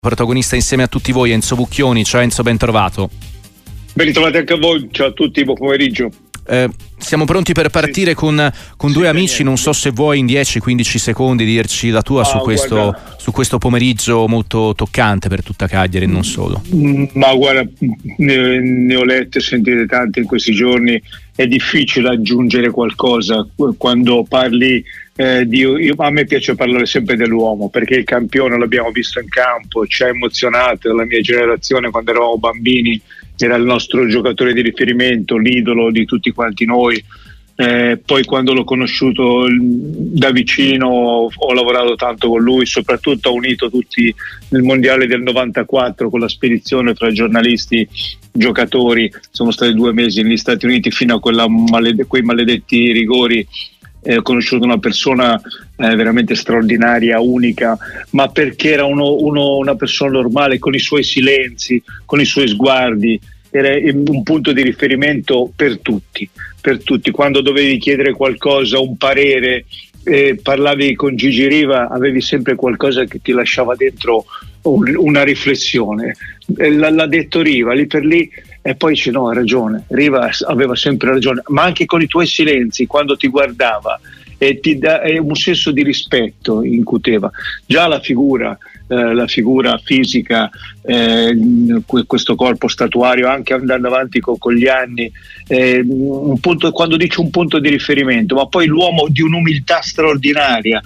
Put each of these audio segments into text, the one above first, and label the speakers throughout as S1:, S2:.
S1: protagonista insieme a tutti voi, Enzo Bucchioni. Ciao Enzo, ben trovato.
S2: Ben ritrovati anche a voi, ciao a tutti, buon pomeriggio.
S1: Siamo pronti per partire con due amici, non so se vuoi in 10-15 secondi dirci la tua su questo pomeriggio molto toccante per tutta Cagliari e non solo.
S2: Ma guarda, ne ho lette e sentite tante in questi giorni, è difficile aggiungere qualcosa quando parli a me piace parlare sempre dell'uomo, perché il campione l'abbiamo visto in campo, ci ha emozionato. La mia generazione, quando eravamo bambini, era il nostro giocatore di riferimento, l'idolo di tutti quanti noi. Poi quando l'ho conosciuto da vicino ho lavorato tanto con lui, soprattutto ha unito tutti nel mondiale del 94 con la spedizione fra giornalisti, giocatori. Siamo stati 2 mesi negli Stati Uniti fino a quei maledetti rigori. Ho conosciuto una persona veramente straordinaria, unica, ma perché era una persona normale, con i suoi silenzi, con i suoi sguardi. Era un punto di riferimento per tutti. Quando dovevi chiedere qualcosa, un parere, parlavi con Gigi Riva, avevi sempre qualcosa che ti lasciava dentro una riflessione. L'ha detto Riva lì per lì, e poi dice no, ha ragione, Riva aveva sempre ragione, ma anche con i tuoi silenzi, quando ti guardava, e un senso di rispetto incuteva. Già la figura fisica, questo corpo statuario, anche andando avanti con gli anni, quando dice un punto di riferimento, ma poi l'uomo di un'umiltà straordinaria.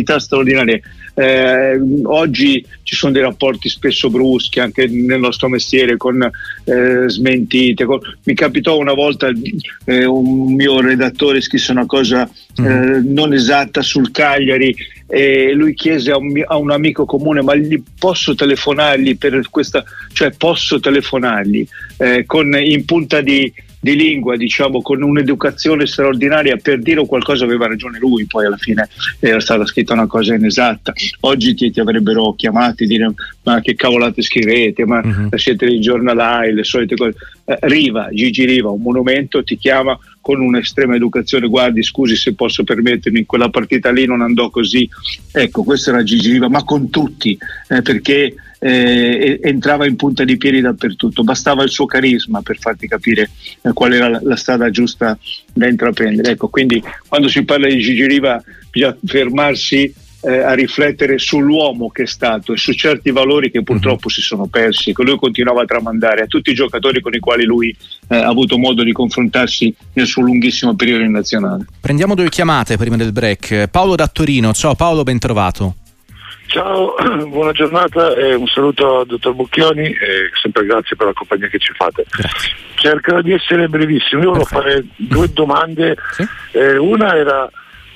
S2: Oggi ci sono dei rapporti spesso bruschi anche nel nostro mestiere, con smentite. Mi capitò una volta, un mio redattore scrisse una cosa non esatta sul Cagliari, e lui chiese a un amico comune: ma posso telefonargli per questa, cioè posso telefonargli in punta di lingua, diciamo, con un'educazione straordinaria, per dire qualcosa. Aveva ragione lui, poi alla fine era stata scritta una cosa inesatta. Oggi ti avrebbero chiamati, dire: ma che cavolate scrivete, ma siete dei giornalai, le solite cose. Gigi Riva, un monumento, ti chiama con un'estrema educazione: guardi, scusi se posso permettermi, in quella partita lì non andò così. Ecco, questo era Gigi Riva, ma con tutti, perché entrava in punta di piedi dappertutto. Bastava il suo carisma per farti capire qual era la strada giusta da intraprendere. Ecco, quindi quando si parla di Gigi Riva bisogna fermarsi a riflettere sull'uomo che è stato e su certi valori che purtroppo si sono persi, che lui continuava a tramandare a tutti i giocatori con i quali lui ha avuto modo di confrontarsi nel suo lunghissimo periodo in nazionale.
S1: Prendiamo 2 chiamate prima del break. Paolo da Torino. Ciao Paolo, ben trovato.
S3: Ciao, buona giornata e un saluto al dottor Bucchioni e sempre grazie per la compagnia che ci fate.
S1: Grazie.
S3: Cercherò di essere brevissimo. Io volevo fare 2 domande. Sì? Una era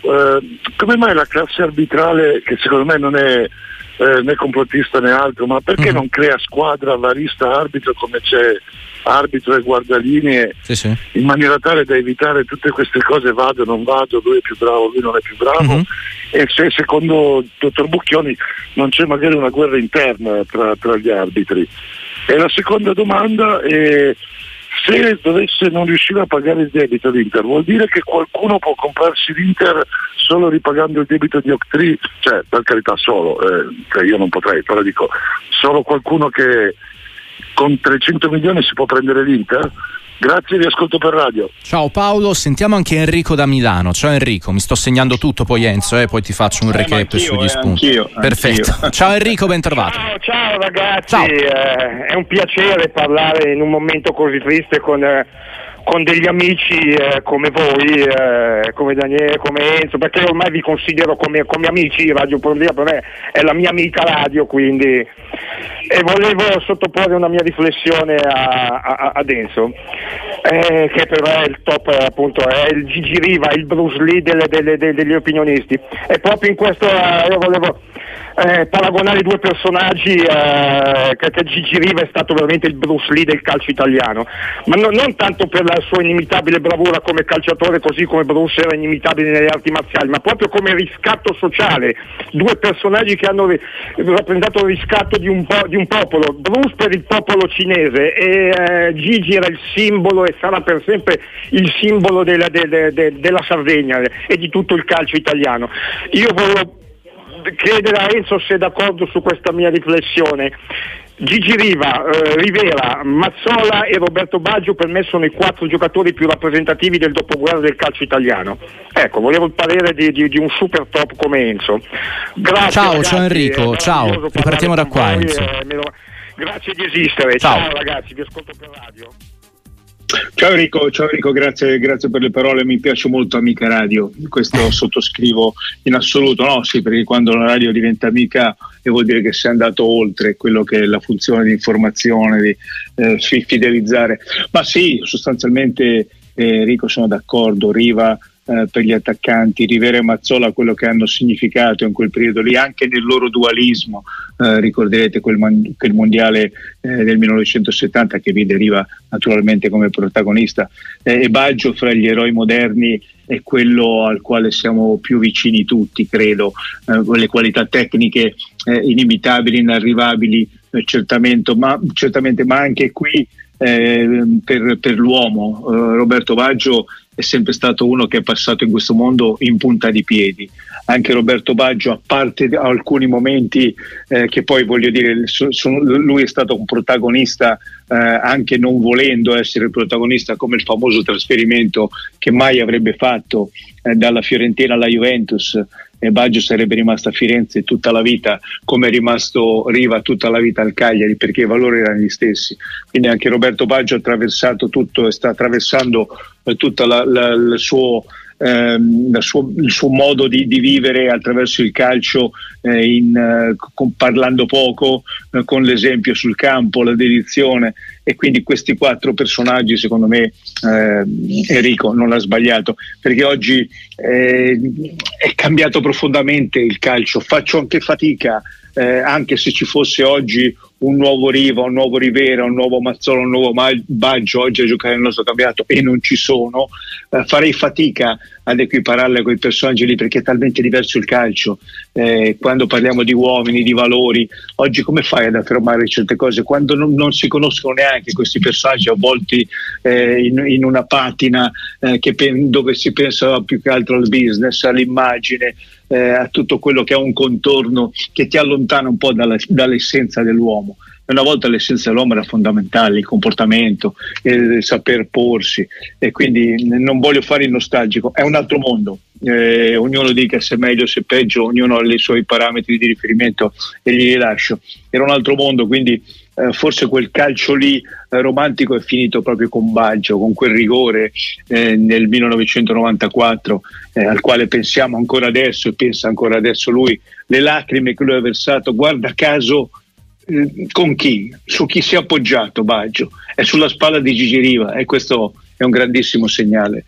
S3: come mai la classe arbitrale, che secondo me non è né complottista né altro, ma perché non crea squadra varista arbitro come c'è arbitro e guardalinee, sì, in maniera tale da evitare tutte queste cose: vado, non vado, lui è più bravo, lui non è più bravo, e se secondo il dottor Bucchioni non c'è magari una guerra interna tra gli arbitri. E la seconda domanda è: se dovesse non riuscire a pagare il debito l'Inter, vuol dire che qualcuno può comprarsi l'Inter solo ripagando il debito di Octree? Cioè, per carità, solo, io non potrei, però dico, solo qualcuno che con 300 milioni si può prendere l'Inter? Grazie, vi ascolto per radio.
S1: Ciao Paolo, sentiamo anche Enrico da Milano. Ciao Enrico, mi sto segnando tutto poi Enzo, poi ti faccio un recap sugli spunti. Perfetto. Anch'io. Ciao Enrico, ben trovato.
S4: Ciao ragazzi.
S1: Ciao.
S4: È un piacere parlare in un momento così triste con degli amici come voi, come Daniele, come Enzo, perché ormai vi considero come amici. Radio Prodea per me è la mia amica radio, quindi, e volevo sottoporre una mia riflessione ad Enzo, che però è il top, appunto, è il Gigi Riva, il Bruce Lee degli opinionisti. E proprio in questo io volevo paragonare 2 personaggi, che Gigi Riva è stato veramente il Bruce Lee del calcio italiano, ma non tanto per la sua inimitabile bravura come calciatore, così come Bruce era inimitabile nelle arti marziali, ma proprio come riscatto sociale. 2 personaggi che hanno rappresentato il riscatto di un popolo. Bruce per il popolo cinese e Gigi era il simbolo e sarà per sempre il simbolo della Sardegna e di tutto il calcio italiano. Io volevo chiedere a Enzo se è d'accordo su questa mia riflessione. Gigi Riva, Rivera, Mazzola e Roberto Baggio per me sono i 4 giocatori più rappresentativi del dopoguerra del calcio italiano. Ecco, volevo il parere di un super top come Enzo. Grazie.
S1: Ciao,
S4: ragazzi,
S1: ciao Enrico, ciao, ripartiamo da qua Enzo.
S4: Grazie di esistere, ciao ragazzi, vi ascolto per radio.
S2: Ciao Enrico, grazie per le parole, mi piace molto Amica Radio, questo sottoscrivo in assoluto, no? Sì, perché quando la radio diventa amica vuol dire che sei andato oltre quello che è la funzione di informazione, di fidelizzare, ma sì, sostanzialmente Enrico sono d'accordo, Riva per gli attaccanti, Rivera e Mazzola quello che hanno significato in quel periodo lì, anche nel loro dualismo, ricorderete quel mondiale del 1970 che vide Riva naturalmente come protagonista, e Baggio fra gli eroi moderni è quello al quale siamo più vicini tutti, credo, le qualità tecniche inimitabili, inarrivabili, certamente, ma anche qui per l'uomo Roberto Baggio è sempre stato uno che è passato in questo mondo in punta di piedi. Anche Roberto Baggio, a parte alcuni momenti che poi voglio dire, lui è stato un protagonista anche non volendo essere protagonista, come il famoso trasferimento che mai avrebbe fatto dalla Fiorentina alla Juventus, e Baggio sarebbe rimasto a Firenze tutta la vita, come è rimasto Riva tutta la vita al Cagliari, perché i valori erano gli stessi. Quindi anche Roberto Baggio ha attraversato tutto e sta attraversando tutto il suo modo di vivere attraverso il calcio, parlando poco, con l'esempio sul campo, la dedizione, e quindi questi 4 personaggi secondo me Enrico non ha sbagliato, perché oggi è cambiato profondamente il calcio. Faccio anche fatica, anche se ci fosse oggi un nuovo Riva, un nuovo Rivera, un nuovo Mazzola, un nuovo Baggio oggi a giocare nel nostro campionato, e non ci sono, farei fatica ad equipararle con i personaggi lì, perché è talmente diverso il calcio. Quando parliamo di uomini, di valori, oggi come fai ad affermare certe cose quando non si conoscono neanche questi personaggi, avvolti in una patina dove si pensa più che altro al business, all'immagine, a tutto quello che ha un contorno che ti allontana un po' dall'essenza dell'uomo. Una volta l'essenza dell'uomo era fondamentale, il comportamento, il saper porsi, e quindi non voglio fare il nostalgico, è un altro mondo, ognuno dica se è meglio, se è peggio, ognuno ha i suoi parametri di riferimento e glieli lascio. Era un altro mondo, quindi forse quel calcio lì romantico è finito proprio con Baggio, con quel rigore nel 1994 al quale pensiamo ancora adesso, e pensa ancora adesso lui, le lacrime che lui ha versato, guarda caso con chi? Su chi si è appoggiato Baggio? È sulla spalla di Gigi Riva, e questo è un grandissimo segnale.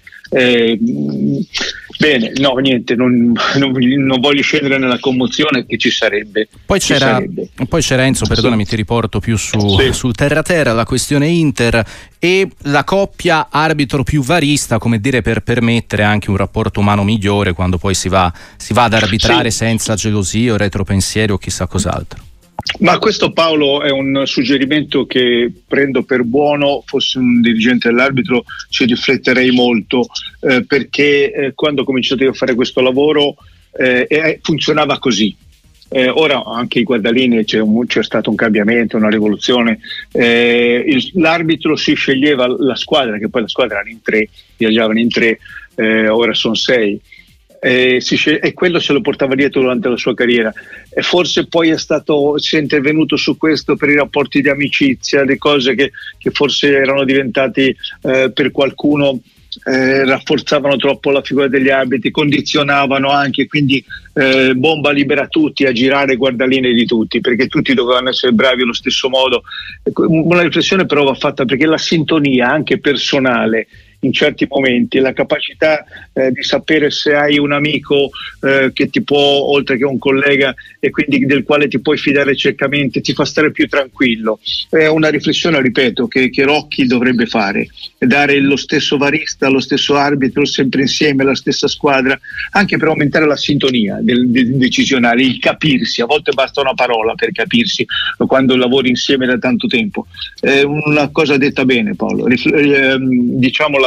S2: Bene, no, niente, non voglio scendere nella commozione che ci sarebbe.
S1: Poi c'era Enzo, perdonami, ti riporto più sul terra-terra, la questione Inter e la coppia arbitro più varista, come dire, per permettere anche un rapporto umano migliore quando poi si va ad arbitrare senza gelosie o retropensieri o chissà cos'altro.
S2: Ma questo, Paolo, è un suggerimento che prendo per buono. Fossi un dirigente dell'arbitro ci rifletterei molto, perché quando ho cominciato io a fare questo lavoro funzionava così. Ora anche i guardalinee c'è stato un cambiamento, una rivoluzione. L'arbitro si sceglieva la squadra, che poi la squadra era in 3, viaggiavano in 3, ora sono 6. E quello se lo portava dietro durante la sua carriera, e forse poi si è intervenuto su questo per i rapporti di amicizia, le cose che forse erano diventati per qualcuno rafforzavano troppo la figura degli arbitri, condizionavano anche, quindi bomba libera tutti a girare guardalinee di tutti, perché tutti dovevano essere bravi allo stesso modo. Una riflessione però va fatta, perché la sintonia anche personale in certi momenti, la capacità di sapere se hai un amico che ti può, oltre che un collega, e quindi del quale ti puoi fidare ciecamente, ti fa stare più tranquillo. È una riflessione, ripeto, che Rocchi dovrebbe fare, dare lo stesso varista, lo stesso arbitro sempre insieme, la stessa squadra, anche per aumentare la sintonia del decisionale, il capirsi. A volte basta una parola per capirsi quando lavori insieme da tanto tempo. Una cosa detta bene, Paolo, diciamola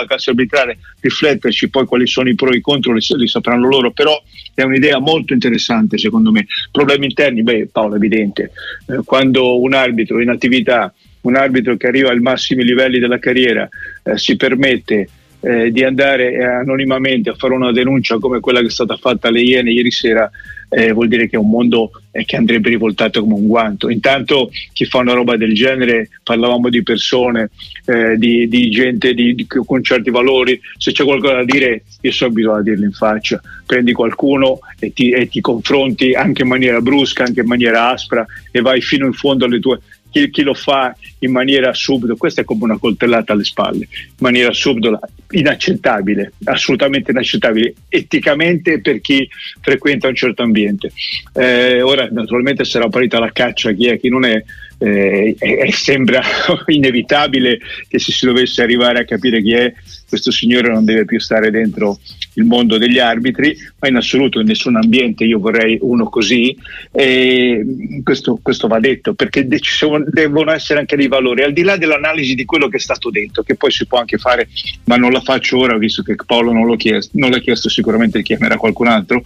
S2: classe arbitrale, rifletterci, poi quali sono i pro e i contro li sapranno loro, però è un'idea molto interessante secondo me. Problemi interni, Paolo, è evidente, quando un arbitro in attività, un arbitro che arriva ai massimi livelli della carriera si permette di andare anonimamente a fare una denuncia come quella che è stata fatta alle Iene ieri sera, vuol dire che è un mondo che andrebbe rivoltato come un guanto. Intanto chi fa una roba del genere, parlavamo di persone, di gente con certi valori, se c'è qualcosa da dire io so, bisogna dirlo in faccia, prendi qualcuno e ti confronti anche in maniera brusca, anche in maniera aspra, e vai fino in fondo alle tue... Chi lo fa in maniera subdola, questa è come una coltellata alle spalle, in maniera subdola, inaccettabile, assolutamente inaccettabile eticamente per chi frequenta un certo ambiente. Ora naturalmente sarà parita la caccia chi è, chi non è. Sembra inevitabile che se si dovesse arrivare a capire chi è, questo signore non deve più stare dentro il mondo degli arbitri, ma in assoluto in nessun ambiente io vorrei uno così, e questo va detto, perché devono essere anche dei valori, al di là dell'analisi di quello che è stato detto, che poi si può anche fare, ma non la faccio ora visto che Paolo non l'ha chiesto, sicuramente chiamerà qualcun altro.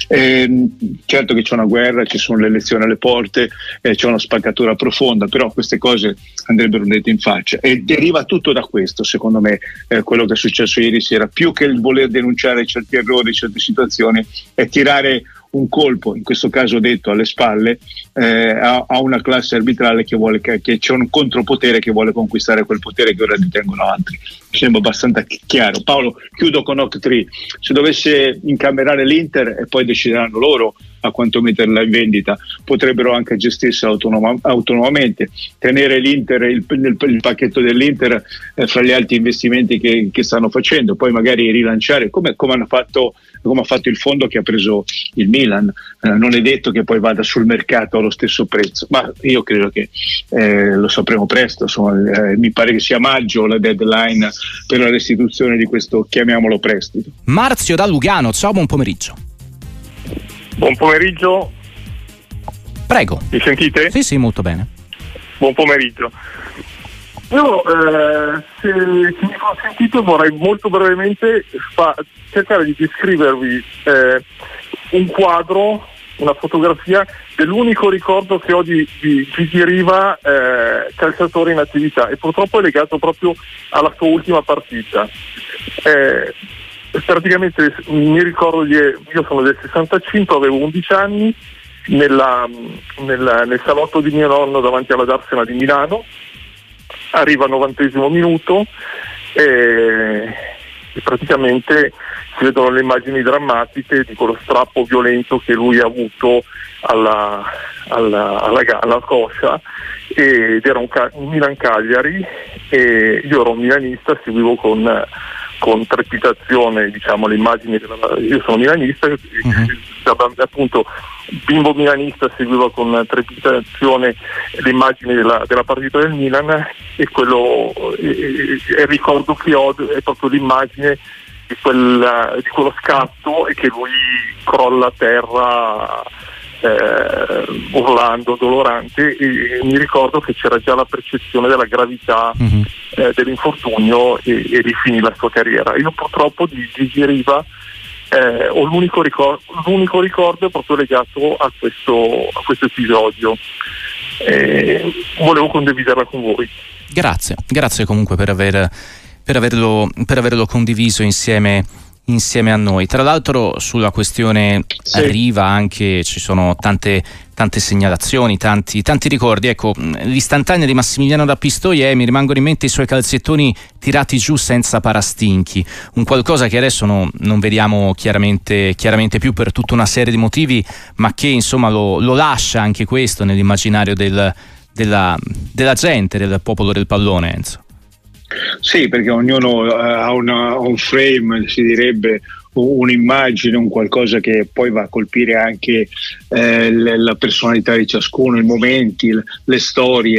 S2: Certo che c'è una guerra, ci sono le elezioni alle porte, c'è una spaccatura profonda, però queste cose andrebbero dette in faccia, e deriva tutto da questo, secondo me, quello che è successo ieri sera, più che il voler denunciare certi errori, certe situazioni, è tirare un colpo, in questo caso detto alle spalle, a una classe arbitrale che c'è un contropotere che vuole conquistare quel potere che ora detengono altri. Mi sembra abbastanza chiaro. Paolo, chiudo con Octree: se dovesse incamerare l'Inter e poi decideranno loro a quanto metterla in vendita, potrebbero anche gestirsi autonomamente, tenere l'Inter, il pacchetto dell'Inter fra gli altri investimenti che stanno facendo, poi magari rilanciare come ha fatto il fondo che ha preso il Milan. Non è detto che poi vada sul mercato allo stesso prezzo, ma io credo che lo sapremo presto. Insomma, mi pare che sia maggio la deadline per la restituzione di questo, chiamiamolo, prestito.
S1: Marzio da Lugano, ciao, buon pomeriggio.
S5: Buon pomeriggio.
S1: Prego.
S5: Mi sentite?
S1: Sì, molto bene.
S5: Buon pomeriggio. Io, se mi consentite, vorrei molto brevemente cercare di descrivervi un quadro, una fotografia dell'unico ricordo che ho di Gigi Riva, calciatore in attività, e purtroppo è legato proprio alla sua ultima partita. Praticamente mi ricordo io sono del 65, avevo 11 anni, nel salotto di mio nonno davanti alla Darsena di Milano. Arriva al 90° minuto e praticamente si vedono le immagini drammatiche di quello strappo violento che lui ha avuto alla coscia, ed era un Milan-Cagliari, e io ero un milanista, seguivo con trepidazione, diciamo, le immagini io sono milanista, appunto bimbo milanista, seguiva con trepidazione le immagini della partita del Milan, e il ricordo che ho è proprio l'immagine di quello scatto, e che lui crolla a terra urlando, dolorante, e mi ricordo che c'era già la percezione della gravità dell'infortunio e rifinì la sua carriera. Io purtroppo di Gigi Riva ho l'unico ricordo proprio legato a questo episodio. Volevo condividerla con voi.
S1: Grazie comunque per averlo condiviso insieme a noi. Tra l'altro sulla questione Riva anche ci sono tante segnalazioni, tanti ricordi. Ecco, l'istantanea di Massimiliano da Pistoia, mi rimangono in mente i suoi calzettoni tirati giù senza parastinchi, un qualcosa che adesso non vediamo chiaramente più per tutta una serie di motivi, ma che insomma lo lascia anche questo nell'immaginario della gente, del popolo del pallone, Enzo.
S2: Sì, perché ognuno ha un frame, si direbbe, un'immagine, un qualcosa che poi va a colpire anche la personalità di ciascuno, i momenti, le storie.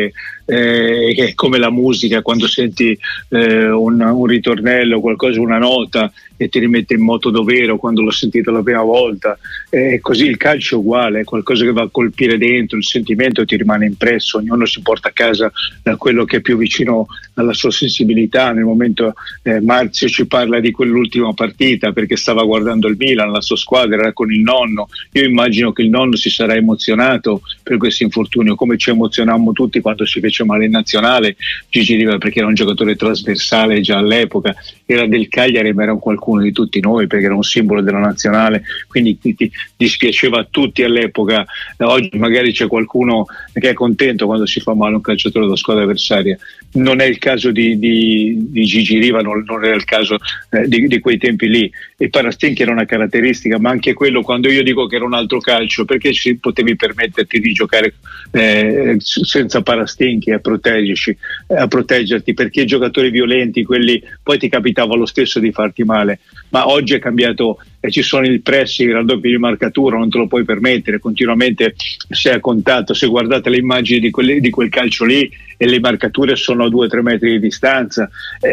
S2: che è come la musica, quando senti un ritornello, qualcosa, una nota, e ti rimette in moto dovero quando l'ho sentito la prima volta. Così il calcio è uguale, è qualcosa che va a colpire dentro, il sentimento ti rimane impresso, ognuno si porta a casa quello che è più vicino alla sua sensibilità. Nel momento Marzio ci parla di quell'ultima partita perché stava guardando il Milan, la sua squadra era con il nonno. Io immagino che il nonno si sarà emozionato per questo infortunio, come ci emozionammo tutti quando si fece male in nazionale Gigi Riva, perché era un giocatore trasversale già all'epoca, era del Cagliari ma era qualcuno di tutti noi perché era un simbolo della nazionale, quindi ti dispiaceva a tutti all'epoca. Oggi magari c'è qualcuno che è contento quando si fa male un calciatore della squadra avversaria. Non è il caso di Gigi Riva, non era il caso di quei tempi lì. E Parastinchi era una caratteristica, ma anche quello, quando io dico che era un altro calcio, perché potevi permetterti di giocare senza Parastinchi a proteggerti, perché i giocatori violenti, quelli poi ti capitava lo stesso di farti male. Ma oggi è cambiato, ci sono il pressing, il raddoppio di marcatura, non te lo puoi permettere, continuamente sei a contatto. Se guardate le immagini di quel calcio lì, e le marcature sono a 2-3 metri di distanza,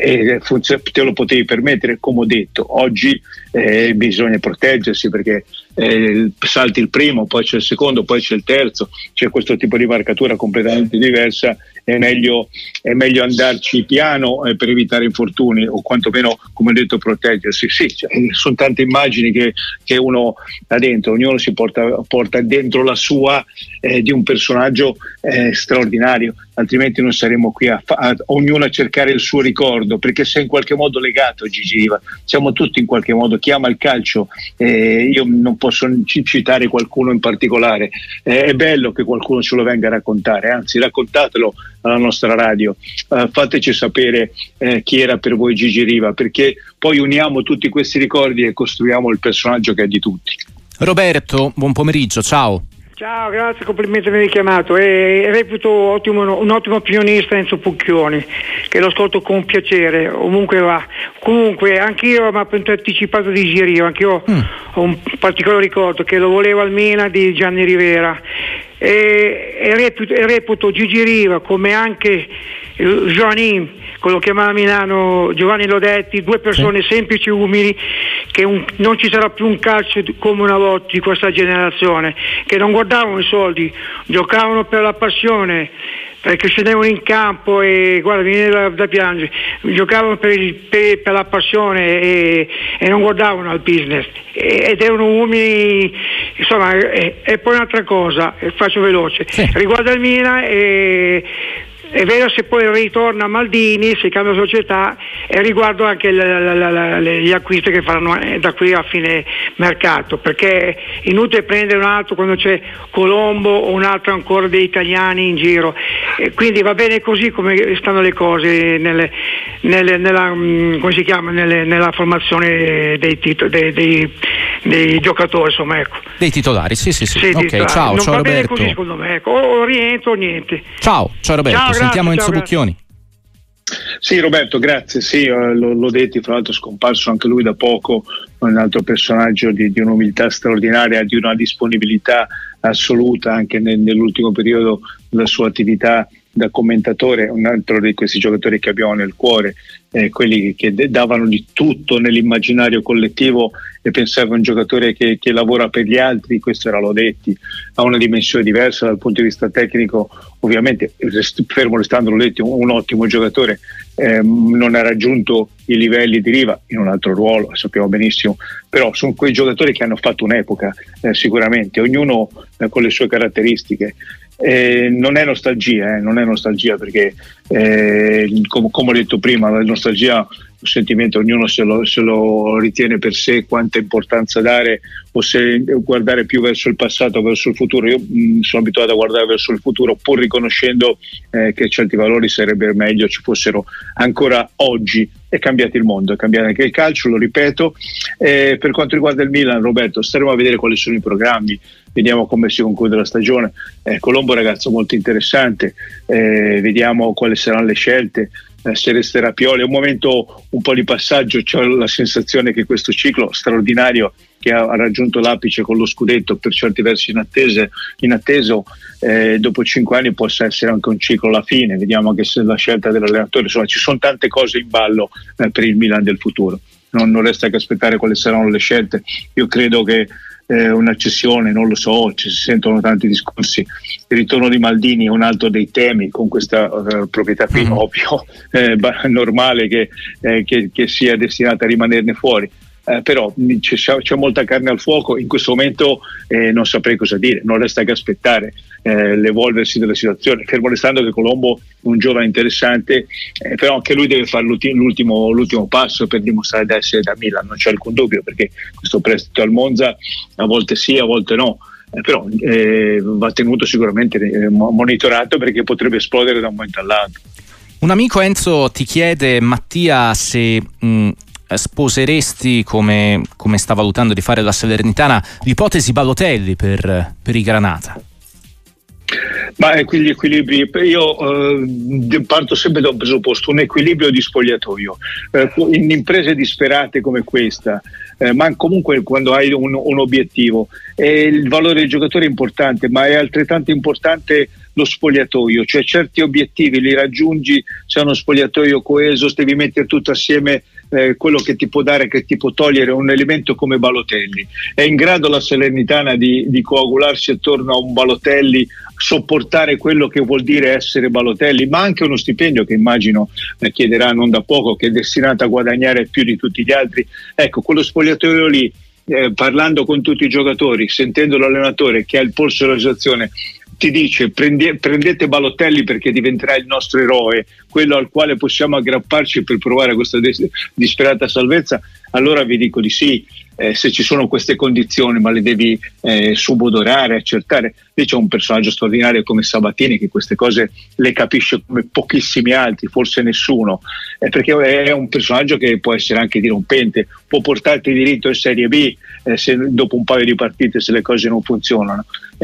S2: te lo potevi permettere. Come ho detto, oggi bisogna proteggersi, perché salti il primo, poi c'è il secondo, poi c'è il terzo, c'è questo tipo di marcatura completamente diversa. È meglio andarci piano per evitare infortuni, o quantomeno, come ho detto, proteggersi. Sì, sono tante immagini che uno ha dentro, ognuno si porta dentro la sua, di un personaggio straordinario, altrimenti non saremmo qui ognuno a cercare il suo ricordo, perché sei in qualche modo legato a Gigi Riva. Siamo tutti in qualche modo, chi ama il calcio, io non posso citare qualcuno in particolare, è bello che qualcuno ce lo venga a raccontare, anzi raccontatelo alla nostra radio, fateci sapere chi era per voi Gigi Riva, perché poi uniamo tutti questi ricordi e costruiamo il personaggio che è di tutti.
S1: Roberto, buon pomeriggio, ciao.
S6: Ciao, grazie, complimenti per avermi chiamato. Reputo un ottimo opinionista Enzo Pucchioni, che lo ascolto con piacere, ovunque va. Comunque anch'io mi ha anticipato di Gigi Riva, anch'io ho un particolare ricordo che lo volevo al Milan di Gianni Rivera, e reputo Gigi Riva, come anche Joanin, quello che chiamava a Milano Giovanni Lodetti, due persone semplici, umili, che non ci sarà più un calcio come una volta di questa generazione, che non guardavano i soldi, giocavano per la passione, perché scendevano in campo e guarda, viene da piangere, giocavano per la passione e non guardavano al business, ed erano umili, insomma. E poi un'altra cosa, faccio veloce, riguardo al Milan, è vero, se poi ritorna Maldini, si cambia società, e riguardo anche gli acquisti che faranno da qui a fine mercato, perché è inutile prendere un altro quando c'è Colombo o un altro ancora degli italiani in giro, quindi va bene così come stanno le cose come si chiama, nella formazione dei giocatori, insomma, ecco.
S1: Dei titolari, sì. Ok,
S6: titolari.
S1: Ciao
S6: non va
S1: Roberto.
S6: Bene così, secondo me, ecco. O rientro o niente.
S1: Ciao Roberto,
S6: ciao,
S1: sentiamo Enzo
S6: grazie.
S1: Pucchioni.
S2: Sì, Roberto, grazie. Sì, l'ho detto, fra l'altro è scomparso anche lui da poco, un altro personaggio di un'umiltà straordinaria, di una disponibilità assoluta anche nell'ultimo periodo della sua attività da commentatore, un altro di questi giocatori che abbiamo nel cuore, quelli che davano di tutto nell'immaginario collettivo, e pensavo a un giocatore che lavora per gli altri. Questo era Lodetti, ha una dimensione diversa dal punto di vista tecnico, ovviamente, fermo restando Lodetti un ottimo giocatore, non ha raggiunto i livelli di Riva in un altro ruolo, sappiamo benissimo, però sono quei giocatori che hanno fatto un'epoca, sicuramente, ognuno con le sue caratteristiche. Non è nostalgia, perché come ho detto prima, la nostalgia, un sentimento, ognuno se lo ritiene per sé, quanta importanza dare, o se guardare più verso il passato o verso il futuro. Io sono abituato a guardare verso il futuro, pur riconoscendo che certi valori sarebbe meglio ci fossero ancora oggi. È cambiato il mondo, è cambiato anche il calcio, lo ripeto. Per quanto riguarda il Milan, Roberto, staremo a vedere quali sono i programmi, vediamo come si conclude la stagione. Colombo è un ragazzo molto interessante, vediamo quali saranno le scelte, se resterà Pioli. È un momento un po' di passaggio, c'ho la sensazione che questo ciclo straordinario che ha raggiunto l'apice con lo scudetto, per certi versi inatteso, dopo 5 anni possa essere anche un ciclo alla fine. Vediamo che se la scelta dell'allenatore, insomma ci sono tante cose in ballo per il Milan del futuro. Non resta che aspettare quali saranno le scelte. Io credo che una cessione, non lo so, ci si sentono tanti discorsi. Il ritorno di Maldini è un altro dei temi con questa proprietà qui, ovvio, normale che sia destinata a rimanerne fuori. Però c'è molta carne al fuoco in questo momento, non saprei cosa dire, non resta che aspettare l'evolversi della situazione, fermo restando che Colombo è un giovane interessante, però anche lui deve fare l'ultimo passo per dimostrare di essere da Milan, non c'è alcun dubbio, perché questo prestito al Monza a volte sì, a volte no, però va tenuto sicuramente monitorato, perché potrebbe esplodere da un momento all'altro.
S1: Un amico, Enzo, ti chiede, Mattia, se sposeresti, come sta valutando di fare la Salernitana, l'ipotesi Balotelli per i Granata?
S2: Ma quegli equilibri, io parto sempre da un presupposto, un equilibrio di spogliatoio in imprese disperate come questa, ma comunque quando hai un obiettivo, il valore del giocatore è importante, ma è altrettanto importante lo spogliatoio, cioè certi obiettivi li raggiungi se è uno spogliatoio coeso, devi mettere tutto assieme quello che ti può dare, che ti può togliere un elemento come Balotelli. È in grado la Salernitana di coagularsi attorno a un Balotelli, sopportare quello che vuol dire essere Balotelli, ma anche uno stipendio che immagino chiederà non da poco, che è destinato a guadagnare più di tutti gli altri. Ecco, quello spogliatoio lì, parlando con tutti i giocatori, sentendo l'allenatore che ha il polso della situazione, ti dice prendete Balotelli perché diventerà il nostro eroe, quello al quale possiamo aggrapparci per provare questa disperata salvezza, allora vi dico di sì. Se ci sono queste condizioni, ma le devi subodorare, accertare. Lì c'è un personaggio straordinario come Sabatini che queste cose le capisce come pochissimi altri, forse nessuno, perché è un personaggio che può essere anche dirompente, può portarti diritto in Serie B se dopo un paio di partite, se le cose non funzionano.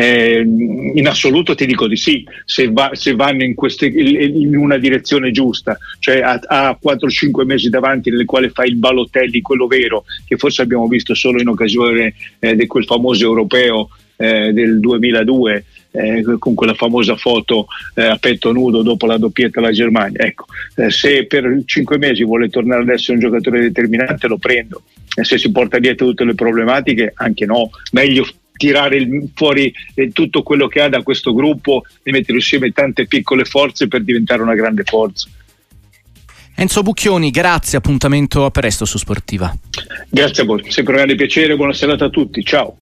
S2: In assoluto ti dico di sì, se vanno in una direzione giusta, cioè a 4-5 mesi davanti nelle quali fai il Balotelli, quello vero, che forse abbiamo visto solo in occasione di quel famoso europeo del 2002, con quella famosa foto a petto nudo dopo la doppietta alla Germania. Ecco, se per 5 mesi vuole tornare ad essere un giocatore determinante, lo prendo. Se si porta dietro tutte le problematiche, anche no. Meglio tirare fuori tutto quello che ha da questo gruppo e mettere insieme tante piccole forze per diventare una grande forza.
S1: Enzo Bucchioni, grazie, appuntamento a presto su Sportiva.
S2: Grazie a voi, sempre un grande piacere, buona serata a tutti, ciao.